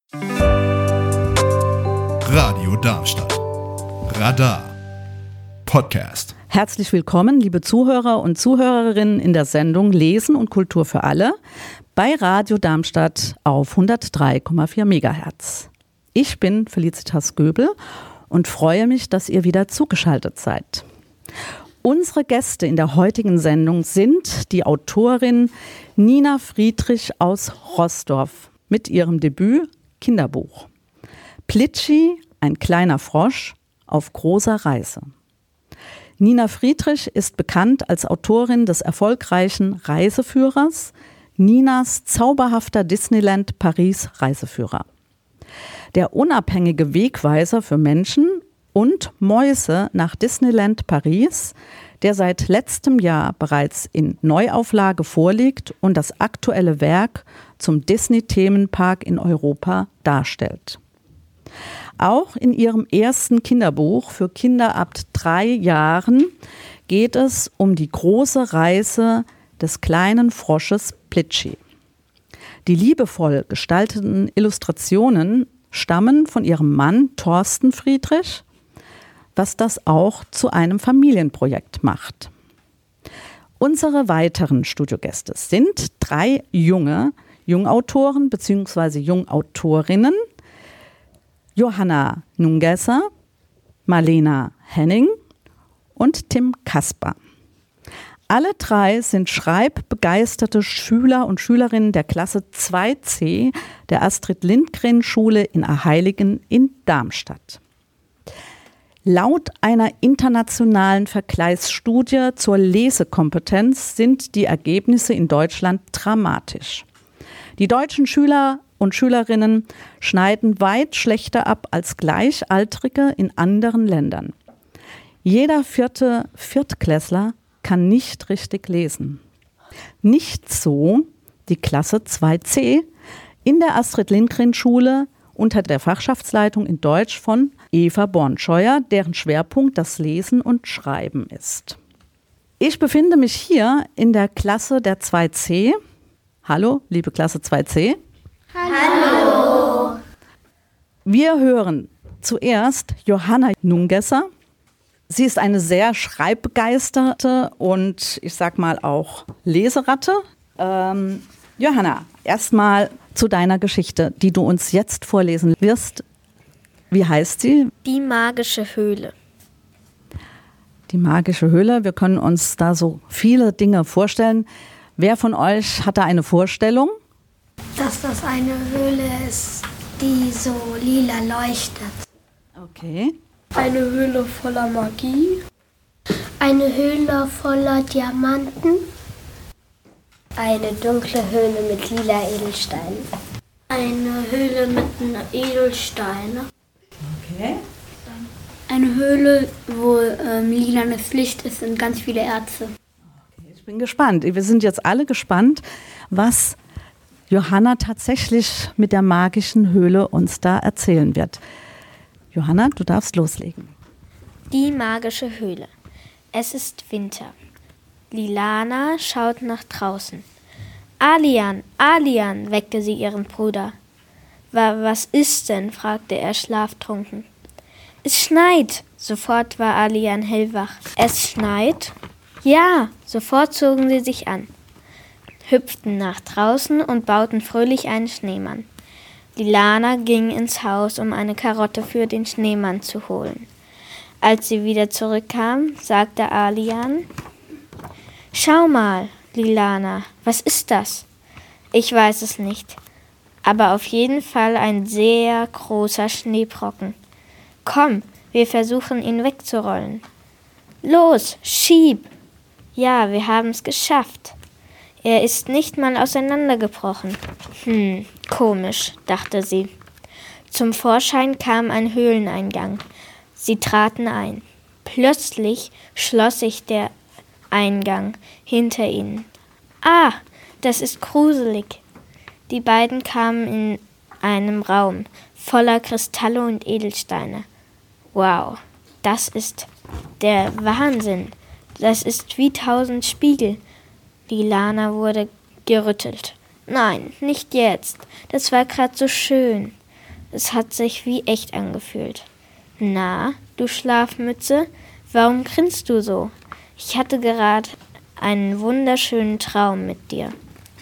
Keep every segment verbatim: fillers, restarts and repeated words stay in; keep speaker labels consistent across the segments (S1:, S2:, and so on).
S1: Radio Darmstadt. Radar. Podcast.
S2: Herzlich willkommen, liebe Zuhörer und Zuhörerinnen in der Sendung Lesen und Kultur für alle bei Radio Darmstadt auf hundertdrei Komma vier Megahertz. Ich bin Felicitas Göbel und freue mich, dass ihr wieder zugeschaltet seid. Unsere Gäste in der heutigen Sendung sind die Autorin Nina Friedrich aus Roßdorf mit ihrem Debüt Kinderbuch. Plitschi, ein kleiner Frosch auf großer Reise. Nina Friedrich ist bekannt als Autorin des erfolgreichen Reiseführers Ninas zauberhafter Disneyland Paris Reiseführer. Der unabhängige Wegweiser für Menschen und Mäuse nach Disneyland Paris, der seit letztem Jahr bereits in Neuauflage vorliegt und das aktuelle Werk zum Disney-Themenpark in Europa darstellt. Auch in ihrem ersten Kinderbuch für Kinder ab drei Jahren geht es um die große Reise des kleinen Frosches Plitschi. Die liebevoll gestalteten Illustrationen stammen von ihrem Mann Thorsten Friedrich, was das auch zu einem Familienprojekt macht. Unsere weiteren Studiogäste sind drei junge Jungautoren bzw. Jungautorinnen: Johanna Nungesser, Marlena Henning und Tim Kasper. Alle drei sind schreibbegeisterte Schüler und Schülerinnen der Klasse zwei C der Astrid-Lindgren-Schule in Erheiligen in Darmstadt. Laut einer internationalen Vergleichsstudie zur Lesekompetenz sind die Ergebnisse in Deutschland dramatisch. Die deutschen Schüler und Schülerinnen schneiden weit schlechter ab als Gleichaltrige in anderen Ländern. Jeder vierte Viertklässler kann nicht richtig lesen. Nicht so die Klasse zwei C in der Astrid-Lindgren-Schule unter der Fachschaftsleitung in Deutsch von Eva Bornscheuer, deren Schwerpunkt das Lesen und Schreiben ist. Ich befinde mich hier in der Klasse der zwei C. Hallo, liebe Klasse zwei C.
S3: Hallo.
S2: Wir hören zuerst Johanna Nungesser. Sie ist eine sehr schreibbegeisterte und ich sag mal auch Leseratte. Ähm, Johanna, erstmal zu deiner Geschichte, die du uns jetzt vorlesen wirst. Wie heißt sie?
S3: Die magische Höhle.
S2: Die magische Höhle. Wir können uns da so viele Dinge vorstellen. Wer von euch hat da eine Vorstellung?
S4: Dass das eine Höhle ist, die so lila leuchtet.
S2: Okay.
S5: Eine Höhle voller Magie.
S4: Eine Höhle voller Diamanten.
S6: Eine dunkle Höhle mit lila Edelsteinen.
S4: Eine Höhle mit Edelsteinen.
S2: Okay.
S5: Eine Höhle, wo ähm, lilanes Licht ist und ganz viele Erze.
S2: Okay, ich bin gespannt. Wir sind jetzt alle gespannt, was Johanna tatsächlich mit der magischen Höhle uns da erzählen wird. Johanna, du darfst loslegen.
S3: Die magische Höhle. Es ist Winter. Lilana schaut nach draußen. Alian, Alian, weckte sie ihren Bruder. Was ist denn? Fragte er schlaftrunken. Es schneit. Sofort war Alian hellwach. Es schneit? Ja, sofort zogen sie sich an, hüpften nach draußen und bauten fröhlich einen Schneemann. Lilana ging ins Haus, um eine Karotte für den Schneemann zu holen. Als sie wieder zurückkam, sagte Alian: Schau mal, Lilana, was ist das? Ich weiß es nicht, aber auf jeden Fall ein sehr großer Schneebrocken. Komm, wir versuchen ihn wegzurollen. Los, schieb! Ja, wir haben es geschafft. Er ist nicht mal auseinandergebrochen. Hm, komisch, dachte sie. Zum Vorschein kam ein Höhleneingang. Sie traten ein. Plötzlich schloss sich der Eingang hinter ihnen. Ah, das ist gruselig. Die beiden kamen in einem Raum voller Kristalle und Edelsteine. Wow, das ist der Wahnsinn. Das ist wie tausend Spiegel. Lilana wurde gerüttelt. Nein, nicht jetzt. Das war gerade so schön. Es hat sich wie echt angefühlt. Na, du Schlafmütze, warum grinst du so? Ich hatte gerade einen wunderschönen Traum mit dir.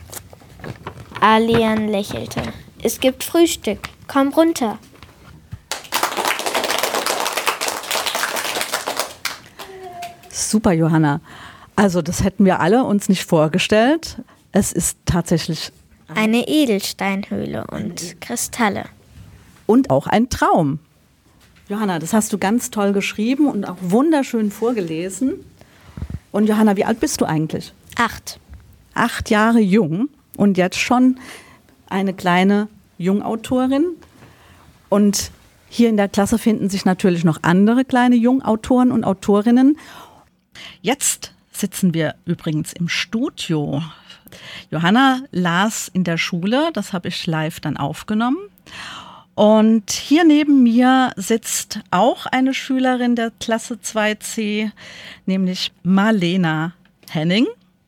S3: Alian lächelte. Es gibt Frühstück, komm runter.
S2: Super, Johanna. Also das hätten wir alle uns nicht vorgestellt. Es ist tatsächlich
S3: eine Edelsteinhöhle und Kristalle.
S2: Und auch ein Traum. Johanna, das hast du ganz toll geschrieben und auch wunderschön vorgelesen. Und Johanna, wie alt bist du eigentlich?
S3: Acht.
S2: Acht Jahre jung und jetzt schon eine kleine Jungautorin. Und hier in der Klasse finden sich natürlich noch andere kleine Jungautoren und Autorinnen. Jetzt sitzen wir übrigens im Studio. Johanna las in der Schule, das habe ich live dann aufgenommen. Und hier neben mir sitzt auch eine Schülerin der Klasse zwei C, nämlich Marlena Henning.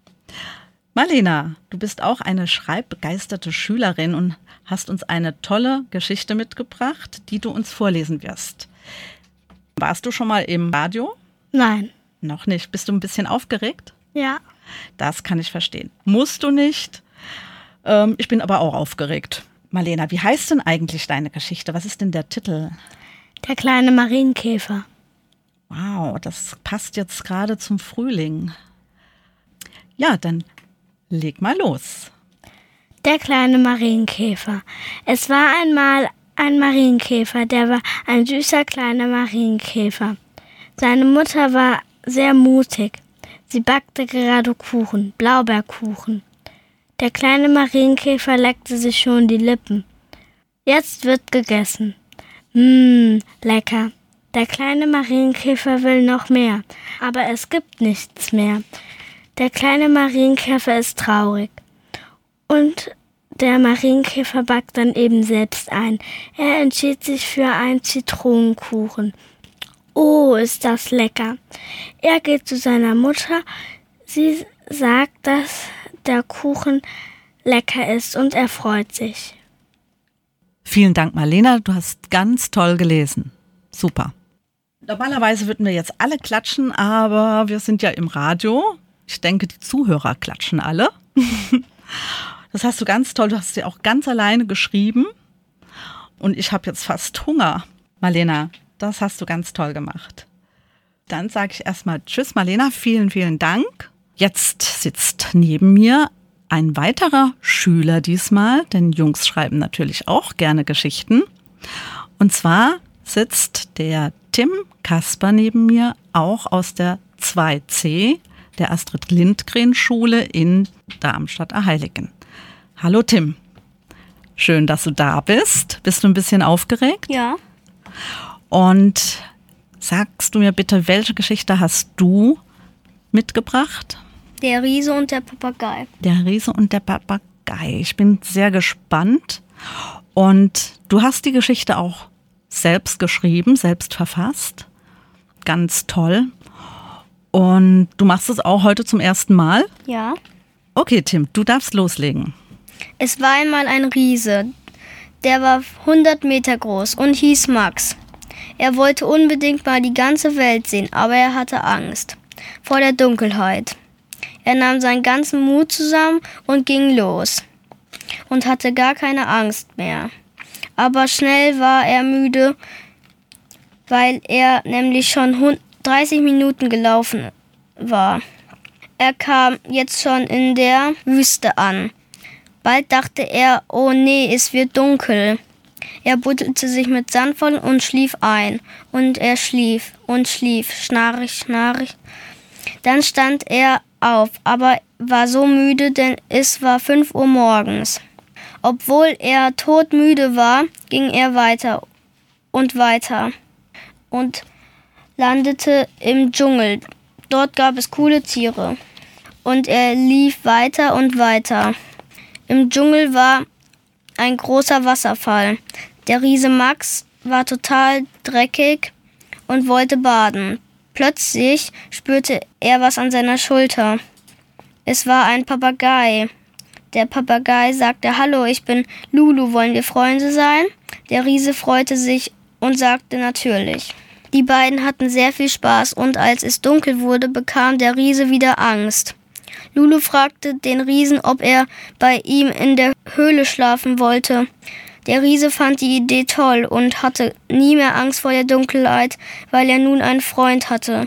S2: Marlena, du bist auch eine schreibbegeisterte Schülerin und hast uns eine tolle Geschichte mitgebracht, die du uns vorlesen wirst. Warst du schon mal im Radio?
S5: Nein.
S2: Noch nicht. Bist du ein bisschen aufgeregt?
S5: Ja.
S2: Das kann ich verstehen. Musst du nicht. Ähm, ich bin aber auch aufgeregt. Marlena, wie heißt denn eigentlich deine Geschichte? Was ist denn der Titel?
S5: Der kleine Marienkäfer.
S2: Wow, das passt jetzt gerade zum Frühling. Ja, dann leg mal los.
S5: Der kleine Marienkäfer. Es war einmal ein Marienkäfer, der war ein süßer kleiner Marienkäfer. Seine Mutter war sehr mutig. Sie backte gerade Kuchen, Blaubeerkuchen. Der kleine Marienkäfer leckte sich schon die Lippen. Jetzt wird gegessen. Mmm, lecker. Der kleine Marienkäfer will noch mehr, aber es gibt nichts mehr. Der kleine Marienkäfer ist traurig. Und der Marienkäfer backt dann eben selbst ein. Er entschied sich für einen Zitronenkuchen. Oh, ist das lecker. Er geht zu seiner Mutter. Sie sagt, dass der Kuchen lecker ist und er freut sich.
S2: Vielen Dank, Marlena. Du hast ganz toll gelesen. Super. Normalerweise würden wir jetzt alle klatschen, aber wir sind ja im Radio. Ich denke, die Zuhörer klatschen alle. Das hast du ganz toll. Du hast sie auch ganz alleine geschrieben. Und ich habe jetzt fast Hunger. Marlena, das hast du ganz toll gemacht. Dann sage ich erstmal Tschüss, Marlena. Vielen, vielen Dank. Jetzt sitzt neben mir ein weiterer Schüler diesmal, denn Jungs schreiben natürlich auch gerne Geschichten. Und zwar sitzt der Tim Kasper neben mir, auch aus der zwei C, der Astrid Lindgren Schule in Darmstadt-Erheiligen. Hallo Tim, schön, dass du da bist. Bist du ein bisschen aufgeregt?
S5: Ja.
S2: Und sagst du mir bitte, welche Geschichte hast du mitgebracht?
S5: Der Riese und der Papagei.
S2: Der Riese und der Papagei. Ich bin sehr gespannt. Und du hast die Geschichte auch selbst geschrieben, selbst verfasst. Ganz toll. Und du machst es auch heute zum ersten Mal?
S5: Ja.
S2: Okay, Tim, du darfst loslegen.
S5: Es war einmal ein Riese. Der war hundert Meter groß und hieß Max. Er wollte unbedingt mal die ganze Welt sehen, aber er hatte Angst vor der Dunkelheit. Er nahm seinen ganzen Mut zusammen und ging los und hatte gar keine Angst mehr. Aber schnell war er müde, weil er nämlich schon dreißig Minuten gelaufen war. Er kam jetzt schon in der Wüste an. Bald dachte er, oh nee, es wird dunkel. Er buddelte sich mit Sand voll und schlief ein. Und er schlief und schlief, schnarrig, schnarrig. Dann stand er auf, aber war so müde, denn es war fünf Uhr morgens. Obwohl er todmüde war, ging er weiter und weiter und landete im Dschungel. Dort gab es coole Tiere. Und er lief weiter und weiter. Im Dschungel war ein großer Wasserfall. Der Riese Max war total dreckig und wollte baden. Plötzlich spürte er was an seiner Schulter. Es war ein Papagei. Der Papagei sagte, hallo, ich bin Lulu, wollen wir Freunde sein? Der Riese freute sich und sagte natürlich. Die beiden hatten sehr viel Spaß und als es dunkel wurde, bekam der Riese wieder Angst. Lulu fragte den Riesen, ob er bei ihm in der Höhle schlafen wollte. Der Riese fand die Idee toll und hatte nie mehr Angst vor der Dunkelheit, weil er nun einen Freund hatte.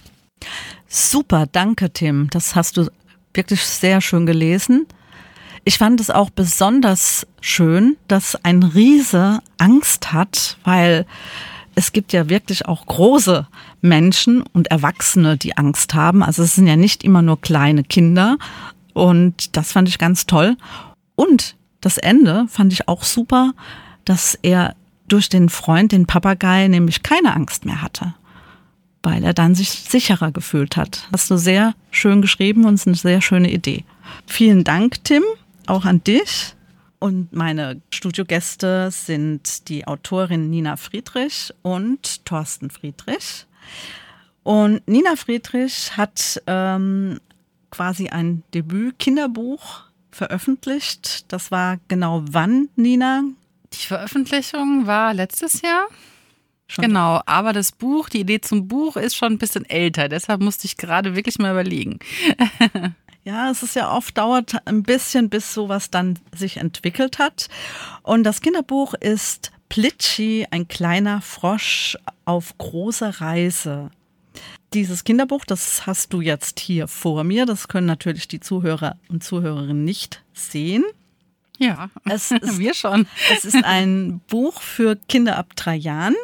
S2: Super, danke Tim. Das hast du wirklich sehr schön gelesen. Ich fand es auch besonders schön, dass ein Riese Angst hat, weil es gibt ja wirklich auch große Menschen und Erwachsene, die Angst haben. Also es sind ja nicht immer nur kleine Kinder und das fand ich ganz toll. Und das Ende fand ich auch super, dass er durch den Freund, den Papagei, nämlich keine Angst mehr hatte, weil er dann sich sicherer gefühlt hat. Hast du sehr schön geschrieben und es ist eine sehr schöne Idee. Vielen Dank, Tim, auch an dich. Und meine Studiogäste sind die Autorin Nina Friedrich und Thorsten Friedrich. Und Nina Friedrich hat ähm, quasi ein Debüt-Kinderbuch veröffentlicht. Das war genau wann, Nina?
S7: Die Veröffentlichung war letztes Jahr.
S2: Schon.
S7: Genau, aber das Buch, die Idee zum Buch ist schon ein bisschen älter. Deshalb musste ich gerade wirklich mal überlegen.
S2: Ja, es ist ja oft, dauert ein bisschen, bis sowas dann sich entwickelt hat. Und das Kinderbuch ist Plitschi, ein kleiner Frosch auf großer Reise. Dieses Kinderbuch, das hast du jetzt hier vor mir. Das können natürlich die Zuhörer und Zuhörerinnen nicht sehen.
S7: Ja,
S2: es ist,
S7: wir schon.
S2: Es ist ein Buch für Kinder ab drei Jahren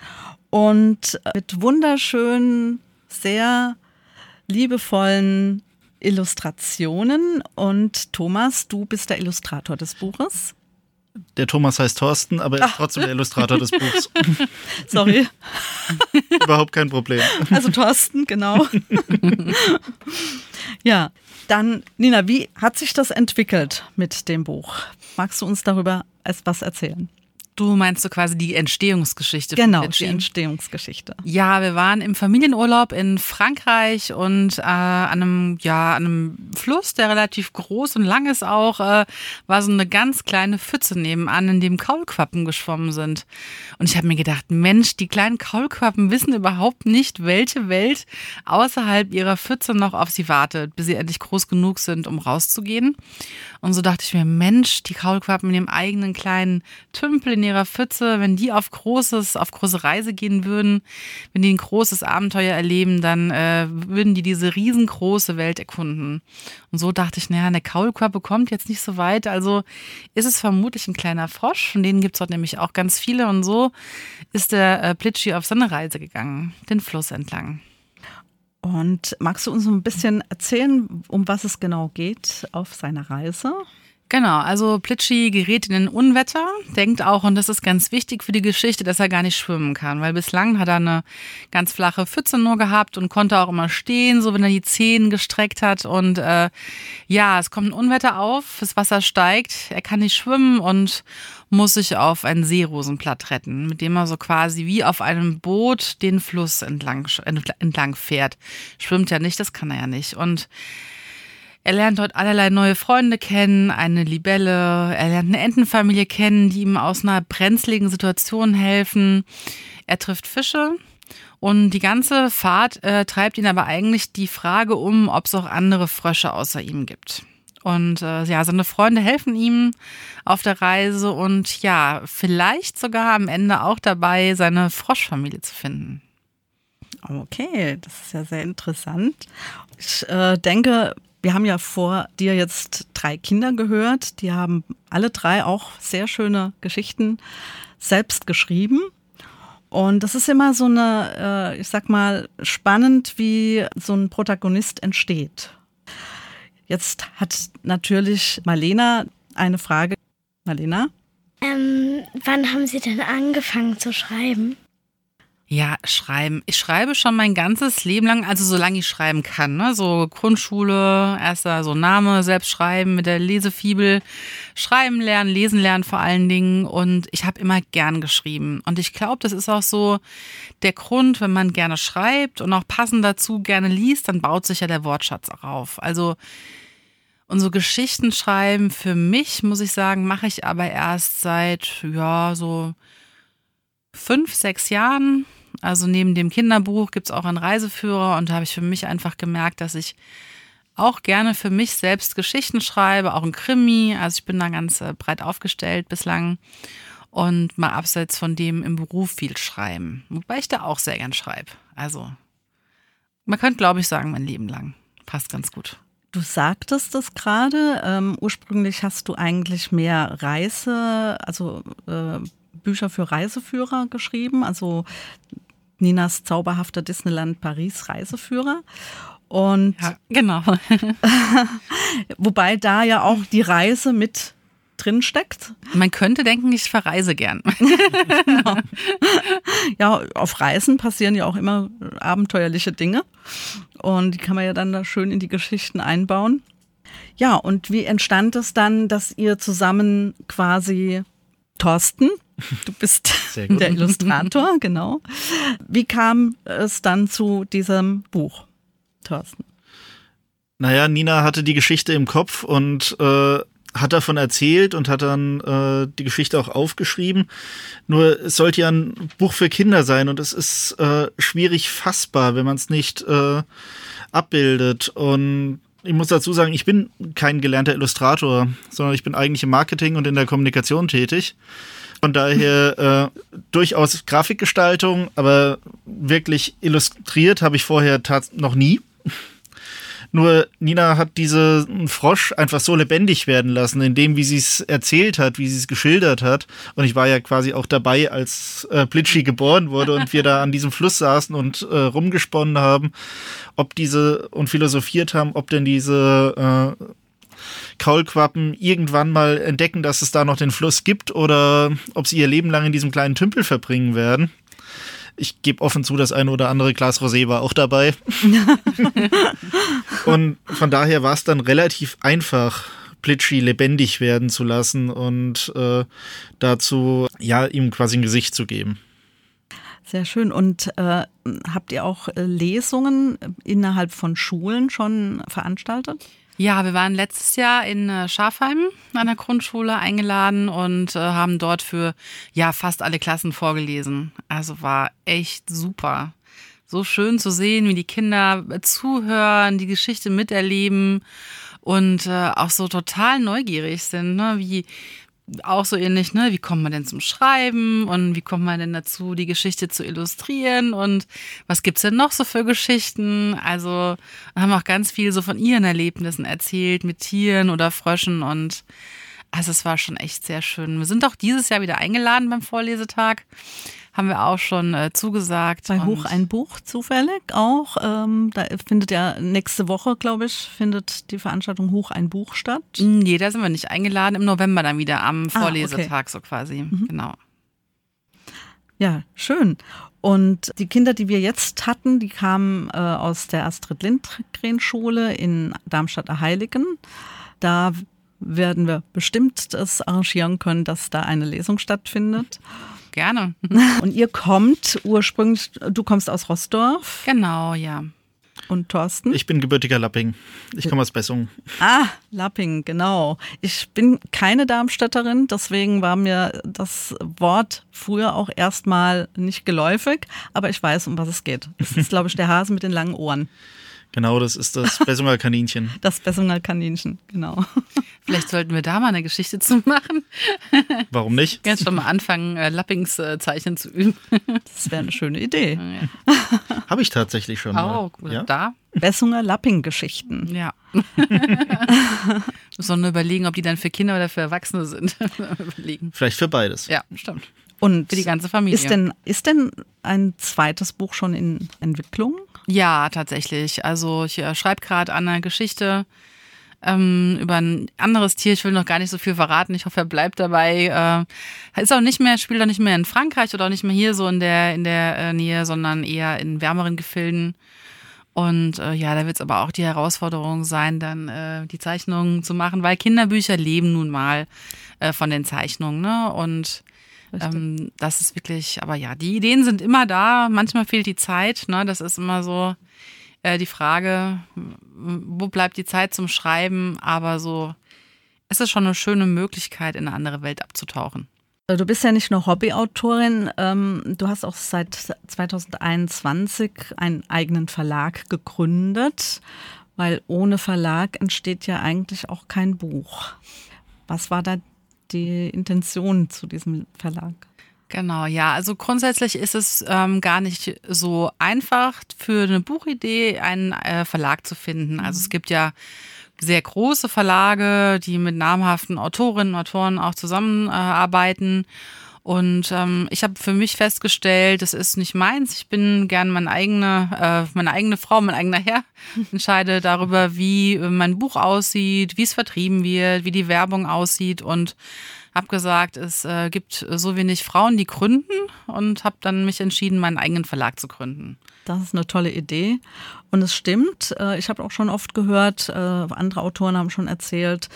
S2: und mit wunderschönen, sehr liebevollen Illustrationen. Und Thomas, du bist der Illustrator des Buches.
S8: Der Thomas heißt Thorsten, aber er ist trotzdem der Illustrator des Buchs.
S2: Sorry.
S8: Überhaupt kein Problem.
S2: Also Thorsten, genau. Ja, dann Nina, wie hat sich das entwickelt mit dem Buch? Magst du uns darüber etwas erzählen?
S7: Du meinst so quasi die Entstehungsgeschichte?
S2: Genau,
S7: von
S2: die Entstehungsgeschichte.
S7: Ja, wir waren im Familienurlaub in Frankreich und äh, an einem, ja, an einem Fluss, der relativ groß und lang ist auch, äh, war so eine ganz kleine Pfütze nebenan, in dem Kaulquappen geschwommen sind. Und ich habe mir gedacht, Mensch, die kleinen Kaulquappen wissen überhaupt nicht, welche Welt außerhalb ihrer Pfütze noch auf sie wartet, bis sie endlich groß genug sind, um rauszugehen. Und so dachte ich mir, Mensch, die Kaulquappen in dem eigenen kleinen Tümpel in ihrer Pfütze, wenn die auf großes, auf große Reise gehen würden, wenn die ein großes Abenteuer erleben, dann äh, würden die diese riesengroße Welt erkunden. Und so dachte ich, naja, eine Kaulquappe kommt jetzt nicht so weit, also ist es vermutlich ein kleiner Frosch, von denen gibt es dort nämlich auch ganz viele. Und so ist der äh, Plitschi auf seine Reise gegangen, den Fluss entlang.
S2: Und magst du uns ein bisschen erzählen, um was es genau geht auf seiner Reise?
S7: Genau, also Plitschi gerät in ein Unwetter, denkt auch, und das ist ganz wichtig für die Geschichte, dass er gar nicht schwimmen kann, weil bislang hat er eine ganz flache Pfütze nur gehabt und konnte auch immer stehen, so wenn er die Zehen gestreckt hat. Und äh, ja, es kommt ein Unwetter auf, das Wasser steigt, er kann nicht schwimmen und muss sich auf ein Seerosenblatt retten, mit dem er so quasi wie auf einem Boot den Fluss entlang, entlang fährt. Schwimmt ja nicht, das kann er ja nicht. Und er lernt dort allerlei neue Freunde kennen, eine Libelle, er lernt eine Entenfamilie kennen, die ihm aus einer brenzligen Situation helfen. Er trifft Fische und die ganze Fahrt äh, treibt ihn aber eigentlich die Frage um, ob es auch andere Frösche außer ihm gibt. Und äh, ja, seine Freunde helfen ihm auf der Reise und ja, vielleicht sogar am Ende auch dabei, seine Froschfamilie zu finden.
S2: Okay, das ist ja sehr interessant. Ich äh, denke, wir haben ja vor dir jetzt drei Kinder gehört. Die haben alle drei auch sehr schöne Geschichten selbst geschrieben. Und das ist immer so eine, äh, ich sag mal, spannend, wie so ein Protagonist entsteht. Jetzt hat natürlich Marlena eine Frage. Marlena?
S4: Ähm, wann haben Sie denn angefangen zu schreiben?
S7: Ja, schreiben. Ich schreibe schon mein ganzes Leben lang, also solange ich schreiben kann. Ne? So Grundschule, erster so Name, selbst schreiben mit der Lesefibel, schreiben lernen, lesen lernen vor allen Dingen. Und ich habe immer gern geschrieben. Und ich glaube, das ist auch so der Grund, wenn man gerne schreibt und auch passend dazu gerne liest, dann baut sich ja der Wortschatz auch auf. Also Und so Geschichten schreiben für mich, muss ich sagen, mache ich aber erst seit, ja, so fünf, sechs Jahren. Also neben dem Kinderbuch gibt es auch einen Reiseführer und da habe ich für mich einfach gemerkt, dass ich auch gerne für mich selbst Geschichten schreibe, auch ein Krimi. Also ich bin da ganz äh, breit aufgestellt bislang und mal abseits von dem im Beruf viel schreiben. Wobei ich da auch sehr gern schreibe. Also man könnte, glaube ich, sagen, mein Leben lang. Passt ganz gut.
S2: Du sagtest es gerade, ähm, ursprünglich hast du eigentlich mehr Reise, also äh, Bücher für Reiseführer geschrieben, also Ninas zauberhafter Disneyland Paris Reiseführer. Und
S7: ja, genau.
S2: wobei da ja auch die Reise mit drin steckt.
S7: Man könnte denken, ich verreise gern.
S2: Genau. Ja, auf Reisen passieren ja auch immer abenteuerliche Dinge und die kann man ja dann da schön in die Geschichten einbauen. Ja, und wie entstand es dann, dass ihr zusammen quasi, Thorsten, du bist der Illustrator, genau. Wie kam es dann zu diesem Buch, Thorsten?
S8: Naja, Nina hatte die Geschichte im Kopf und äh, hat davon erzählt und hat dann äh, die Geschichte auch aufgeschrieben. Nur es sollte ja ein Buch für Kinder sein und es ist äh, schwierig fassbar, wenn man es nicht äh, abbildet. Und ich muss dazu sagen, ich bin kein gelernter Illustrator, sondern ich bin eigentlich im Marketing und in der Kommunikation tätig. Von daher äh, durchaus Grafikgestaltung, aber wirklich illustriert habe ich vorher tats- noch nie. Nur Nina hat diesen Frosch einfach so lebendig werden lassen, in dem, wie sie es erzählt hat, wie sie es geschildert hat. Und ich war ja quasi auch dabei, als äh, Plitschi geboren wurde und wir da an diesem Fluss saßen und äh, rumgesponnen haben, ob diese und philosophiert haben, ob denn diese äh, Kaulquappen irgendwann mal entdecken, dass es da noch den Fluss gibt oder ob sie ihr Leben lang in diesem kleinen Tümpel verbringen werden. Ich gebe offen zu, das eine oder andere Glas Rosé war auch dabei. Und von daher war es dann relativ einfach, Plitschi lebendig werden zu lassen und äh, dazu ja ihm quasi ein Gesicht zu geben.
S2: Sehr schön. Und äh, habt ihr auch Lesungen innerhalb von Schulen schon veranstaltet?
S7: Ja, wir waren letztes Jahr in äh, Schafheim an der Grundschule eingeladen und äh, haben dort für ja fast alle Klassen vorgelesen. Also war echt super. So schön zu sehen, wie die Kinder zuhören, die Geschichte miterleben und äh, auch so total neugierig sind, ne? Wie auch so ähnlich, ne? Wie kommt man denn zum Schreiben und wie kommt man denn dazu, die Geschichte zu illustrieren und was gibt's denn noch so für Geschichten? Also haben auch ganz viel so von ihren Erlebnissen erzählt mit Tieren oder Fröschen und also es war schon echt sehr schön. Wir sind auch dieses Jahr wieder eingeladen beim Vorlesetag. Haben wir auch schon äh, zugesagt.
S2: Bei Hoch ein Buch zufällig auch. Ähm, da findet ja nächste Woche, glaube ich, findet die Veranstaltung Hoch ein Buch statt.
S7: Nee, da sind wir nicht eingeladen. Im November dann wieder am Vorlesetag, ah, okay. So quasi.
S2: Mhm.
S7: Genau.
S2: Ja, schön. Und die Kinder, die wir jetzt hatten, die kamen äh, aus der Astrid-Lindgren-Schule in Darmstadt-Erheiligen. Da werden wir bestimmt das arrangieren können, dass da eine Lesung stattfindet.
S7: Gerne.
S2: Und ihr kommt ursprünglich, du kommst aus Roßdorf.
S7: Genau, ja.
S2: Und Thorsten?
S8: Ich bin gebürtiger Lapping. Ich komme aus Bessungen.
S2: Ah, Lapping, genau. Ich bin keine Darmstädterin, deswegen war mir das Wort früher auch erstmal nicht geläufig, aber ich weiß, um was es geht. Es ist, glaube ich, der Hase mit den langen Ohren.
S8: Genau, das ist das Bessunger Kaninchen.
S2: Das Bessunger Kaninchen, genau.
S7: Vielleicht sollten wir da mal eine Geschichte zu machen.
S8: Warum nicht?
S7: Jetzt schon mal anfangen, äh, Lappings äh, Zeichen zu üben.
S2: Das wäre eine schöne Idee.
S8: Ja. Habe ich tatsächlich schon
S7: mal. Oh, ja? Da?
S2: Bessunger Lapping-Geschichten.
S7: Ja. Müssen wir überlegen, ob die dann für Kinder oder für Erwachsene sind. Überlegen.
S8: Vielleicht für beides.
S7: Ja, stimmt.
S2: Und
S7: für die ganze Familie.
S2: Ist denn, ist denn ein zweites Buch schon in Entwicklung?
S7: Ja, tatsächlich. Also ich äh, schreibe gerade an einer Geschichte ähm, über ein anderes Tier. Ich will noch gar nicht so viel verraten. Ich hoffe, er bleibt dabei. Äh, ist auch nicht mehr, spielt auch nicht mehr in Frankreich oder auch nicht mehr hier so in der, in der äh, Nähe, sondern eher in wärmeren Gefilden. Und äh, ja, da wird es aber auch die Herausforderung sein, dann äh, die Zeichnungen zu machen, weil Kinderbücher leben nun mal äh, von den Zeichnungen, ne? Und Ähm, das ist wirklich, aber ja, die Ideen sind immer da. Manchmal fehlt die Zeit, ne? Das ist immer so äh, die Frage, wo bleibt die Zeit zum Schreiben, aber so, es ist schon eine schöne Möglichkeit, in eine andere Welt abzutauchen.
S2: Du bist ja nicht nur Hobbyautorin, ähm, du hast auch seit zwanzig einundzwanzig einen eigenen Verlag gegründet, weil ohne Verlag entsteht ja eigentlich auch kein Buch. Was war da die Intention zu diesem Verlag?
S7: Genau, ja, also grundsätzlich ist es ähm, gar nicht so einfach für eine Buchidee einen äh, Verlag zu finden. Also es gibt ja sehr große Verlage, die mit namhaften Autorinnen und Autoren auch zusammenarbeiten. Äh, und ähm, ich habe für mich festgestellt, das ist nicht meins. Ich bin gern meine eigene, äh, meine eigene Frau, mein eigener Herr. Entscheide darüber, wie mein Buch aussieht, wie es vertrieben wird, wie die Werbung aussieht und habe gesagt, es äh, gibt so wenig Frauen, die gründen und habe dann mich entschieden, meinen eigenen Verlag zu gründen.
S2: Das ist eine tolle Idee und es stimmt. Ich habe auch schon oft gehört, andere Autoren haben schon erzählt,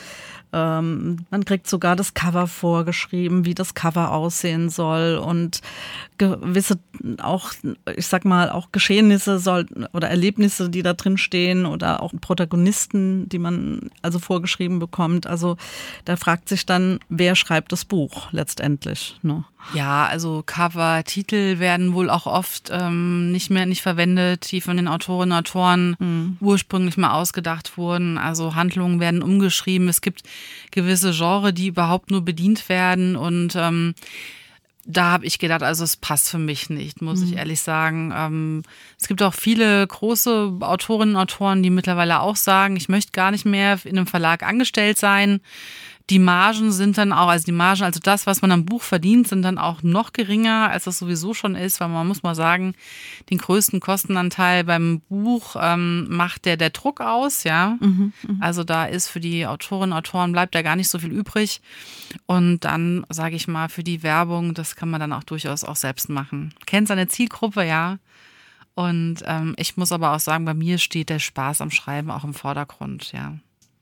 S2: man kriegt sogar das Cover vorgeschrieben, wie das Cover aussehen soll und gewisse auch, ich sag mal, auch Geschehnisse soll, oder Erlebnisse, die da drin stehen oder auch Protagonisten, die man also vorgeschrieben bekommt. Also da fragt sich dann, wer schreibt das Buch letztendlich, ne?
S7: Ja, also Cover, Titel werden wohl auch oft ähm, nicht mehr nicht verwendet, die von den Autorinnen und Autoren mhm. ursprünglich mal ausgedacht wurden. Also Handlungen werden umgeschrieben. Es gibt gewisse Genre, die überhaupt nur bedient werden und ähm, da habe ich gedacht, also es passt für mich nicht, muss mhm. ich ehrlich sagen. Ähm, es gibt auch viele große Autorinnen und Autoren, die mittlerweile auch sagen, ich möchte gar nicht mehr in einem Verlag angestellt sein. Die Margen sind dann auch, also die Margen, also das, was man am Buch verdient, sind dann auch noch geringer, als das sowieso schon ist, weil man muss mal sagen, den größten Kostenanteil beim Buch ähm, macht der der Druck aus, ja. Mhm, also da ist für die Autorinnen und Autoren bleibt da gar nicht so viel übrig. Und dann, sage ich mal, für die Werbung, das kann man dann auch durchaus auch selbst machen. Kennt seine Zielgruppe, ja. Und ähm, ich muss aber auch sagen, bei mir steht der Spaß am Schreiben auch im Vordergrund, ja.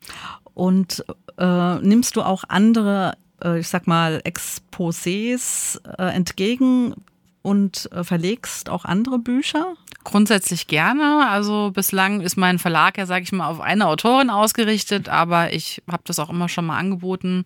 S2: Und äh, nimmst du auch andere, äh, ich sag mal, Exposés äh, entgegen und äh, verlegst auch andere Bücher?
S7: Grundsätzlich gerne. Also bislang ist mein Verlag ja, sage ich mal, auf eine Autorin ausgerichtet, aber ich habe das auch immer schon mal angeboten.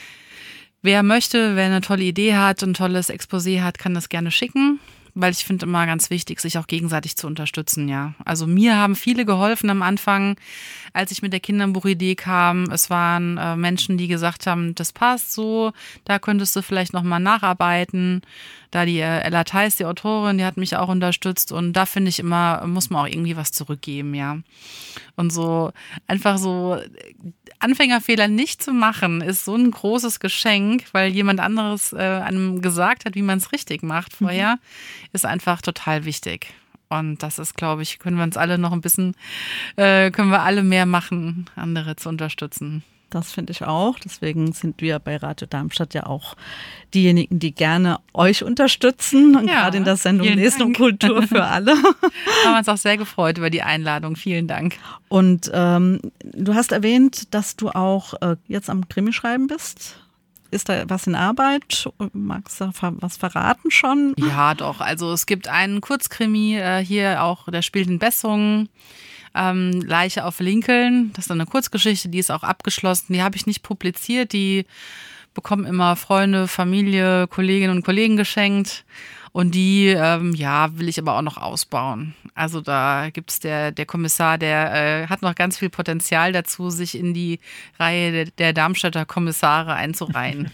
S7: Wer möchte, wer eine tolle Idee hat, ein tolles Exposé hat, kann das gerne schicken. Weil ich finde immer ganz wichtig, sich auch gegenseitig zu unterstützen, ja. Also mir haben viele geholfen am Anfang, als ich mit der Kinderbuchidee kam. Es waren äh, Menschen, die gesagt haben, das passt so, da könntest du vielleicht nochmal nacharbeiten. Da die äh, Ella Theis, die Autorin, die hat mich auch unterstützt und da finde ich immer, muss man auch irgendwie was zurückgeben, ja. Und so einfach so Anfängerfehler nicht zu machen, ist so ein großes Geschenk, weil jemand anderes äh, einem gesagt hat, wie man es richtig macht vorher, mhm. ist einfach total wichtig. Und das ist, glaube ich, können wir uns alle noch ein bisschen, äh, können wir alle mehr machen, andere zu unterstützen.
S2: Das finde ich auch. Deswegen sind wir bei Radio Darmstadt ja auch diejenigen, die gerne euch unterstützen. Und ja, gerade in der Sendung Lesen und Kultur für alle.
S7: Haben uns auch sehr gefreut über die Einladung. Vielen Dank.
S2: Und ähm, du hast erwähnt, dass du auch äh, jetzt am Krimi-Schreiben bist. Ist da was in Arbeit? Magst du was verraten schon?
S7: Ja, doch. Also es gibt einen Kurzkrimi äh, hier auch, der spielt in Bessungen. Ähm, Leiche auf Lincoln, das ist eine Kurzgeschichte, die ist auch abgeschlossen, die habe ich nicht publiziert, die bekommen immer Freunde, Familie, Kolleginnen und Kollegen geschenkt und die, ähm, ja, will ich aber auch noch ausbauen. Also da gibt's der, der Kommissar, der äh, hat noch ganz viel Potenzial dazu, sich in die Reihe der, der Darmstädter Kommissare einzureihen.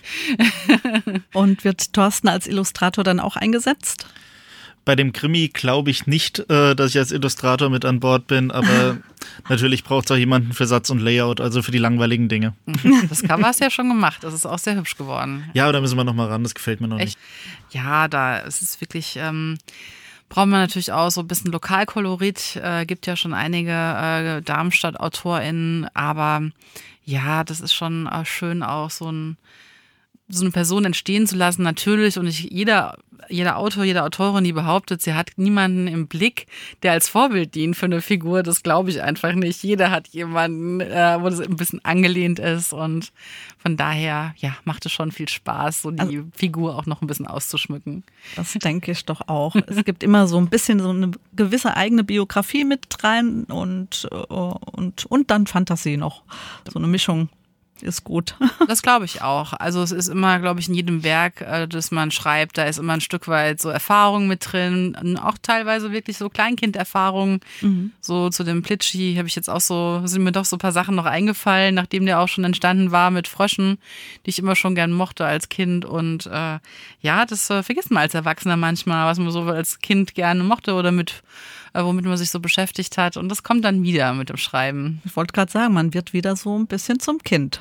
S2: Und wird Thorsten als Illustrator dann auch eingesetzt?
S8: Bei dem Krimi glaube ich nicht, äh, dass ich als Illustrator mit an Bord bin, aber natürlich braucht es auch jemanden für Satz und Layout, also für die langweiligen Dinge.
S7: Das Cover hast du ja schon gemacht, das ist auch sehr hübsch geworden.
S8: Ja, aber da müssen wir noch mal ran, das gefällt mir noch
S7: Echt?
S8: nicht.
S7: Ja, da ist es wirklich, ähm, braucht man natürlich auch so ein bisschen Lokalkolorit, äh, gibt ja schon einige äh, Darmstadt-AutorInnen, aber ja, das ist schon äh, schön auch so ein so eine Person entstehen zu lassen, natürlich, und nicht jeder jeder Autor, jede Autorin, die behauptet, sie hat niemanden im Blick, der als Vorbild dient für eine Figur, das glaube ich einfach nicht. Jeder hat jemanden, äh, wo das ein bisschen angelehnt ist und von daher, ja, macht es schon viel Spaß, so die also, Figur auch noch ein bisschen auszuschmücken.
S2: Das denke ich doch auch. Es gibt immer so ein bisschen so eine gewisse eigene Biografie mit rein und, und, und dann Fantasie noch. So eine Mischung. Ist gut.
S7: Das glaube ich auch. Also es ist immer, glaube ich, in jedem Werk, das man schreibt, da ist immer ein Stück weit so Erfahrung mit drin. Auch teilweise wirklich so Kleinkinderfahrungen. Mhm. So zu dem Plitschi habe ich jetzt auch so, sind mir doch so ein paar Sachen noch eingefallen, nachdem der auch schon entstanden war mit Fröschen, die ich immer schon gern mochte als Kind. Und äh, ja, das äh, vergisst man als Erwachsener manchmal, was man so als Kind gerne mochte oder mit womit man sich so beschäftigt hat. Und das kommt dann wieder mit dem Schreiben.
S2: Ich wollte gerade sagen, man wird wieder so ein bisschen zum Kind.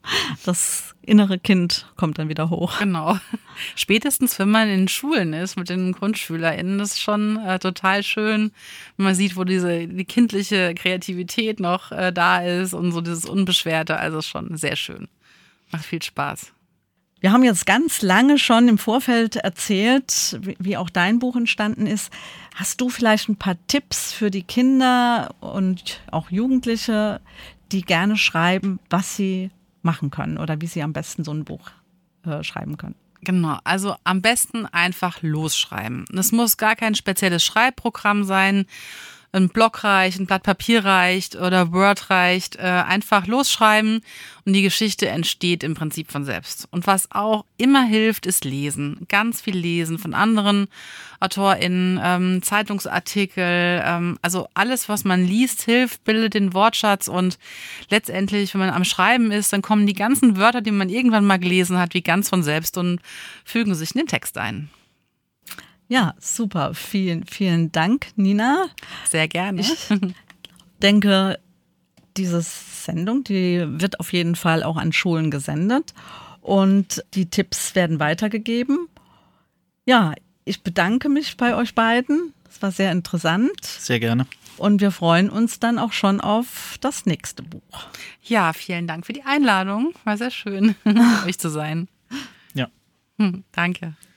S2: Das innere Kind kommt dann wieder hoch.
S7: Genau. Spätestens, wenn man in Schulen ist mit den GrundschülerInnen, das ist schon äh, total schön, wenn man sieht, wo diese die kindliche Kreativität noch äh, da ist und so dieses Unbeschwerte. Also schon sehr schön. Macht viel Spaß.
S2: Wir haben jetzt ganz lange schon im Vorfeld erzählt, wie auch dein Buch entstanden ist. Hast du vielleicht ein paar Tipps für die Kinder und auch Jugendliche, die gerne schreiben, was sie machen können oder wie sie am besten so ein Buch äh, schreiben können?
S7: Genau, also am besten einfach losschreiben. Es muss gar kein spezielles Schreibprogramm sein. Ein Block reicht, ein Blatt Papier reicht oder Word reicht, äh, einfach losschreiben und die Geschichte entsteht im Prinzip von selbst. Und was auch immer hilft, ist lesen. Ganz viel lesen von anderen AutorInnen, ähm, Zeitungsartikel, ähm, also alles, was man liest, hilft, bildet den Wortschatz und letztendlich, wenn man am Schreiben ist, dann kommen die ganzen Wörter, die man irgendwann mal gelesen hat, wie ganz von selbst und fügen sich in den Text ein.
S2: Ja, super. Vielen, vielen Dank, Nina.
S7: Sehr gerne.
S2: Ich denke, diese Sendung, die wird auf jeden Fall auch an Schulen gesendet und die Tipps werden weitergegeben. Ja, ich bedanke mich bei euch beiden. Es war sehr interessant.
S8: Sehr gerne.
S2: Und wir freuen uns dann auch schon auf das nächste Buch.
S7: Ja, vielen Dank für die Einladung. War sehr schön, euch zu sein.
S8: Ja.
S7: Hm, danke.